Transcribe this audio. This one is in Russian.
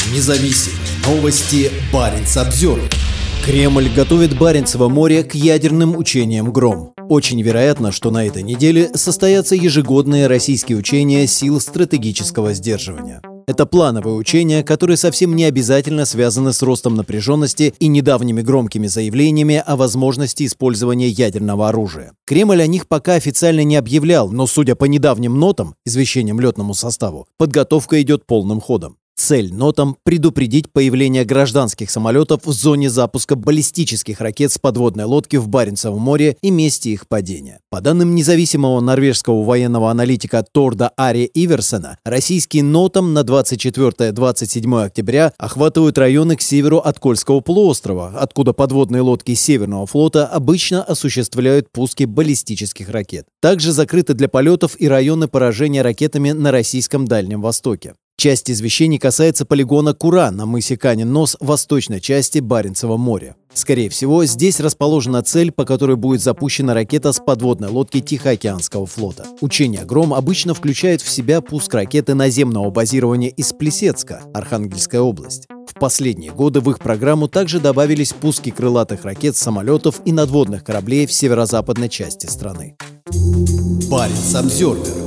Независимые новости. Баренц-Обзервер. Кремль готовит Баренцево море к ядерным учениям «Гром». Очень вероятно, что на этой неделе состоятся ежегодные российские учения сил стратегического сдерживания. Это плановые учения, которые совсем не обязательно связаны с ростом напряженности и недавними громкими заявлениями о возможности использования ядерного оружия. Кремль о них пока официально не объявлял, но, судя по недавним нотам, извещениям летному составу, подготовка идет полным ходом. Цель нотам – предупредить появление гражданских самолетов в зоне запуска баллистических ракет с подводной лодки в Баренцевом море и месте их падения. По данным независимого норвежского военного аналитика Торда Ари Иверсена, российские нотам на 24-27 октября охватывают районы к северу от Кольского полуострова, откуда подводные лодки Северного флота обычно осуществляют пуски баллистических ракет. Также закрыты для полетов и районы поражения ракетами на российском Дальнем Востоке. Часть извещений касается полигона Кура на мысе Канин-Нос в восточной части Баренцева моря. Скорее всего, здесь расположена цель, по которой будет запущена ракета с подводной лодки Тихоокеанского флота. Учение «Гром» обычно включает в себя пуск ракеты наземного базирования из Плесецка, Архангельская область. В последние годы в их программу также добавились пуски крылатых ракет с самолетов и надводных кораблей в северо-западной части страны. Баренц-Обзервер.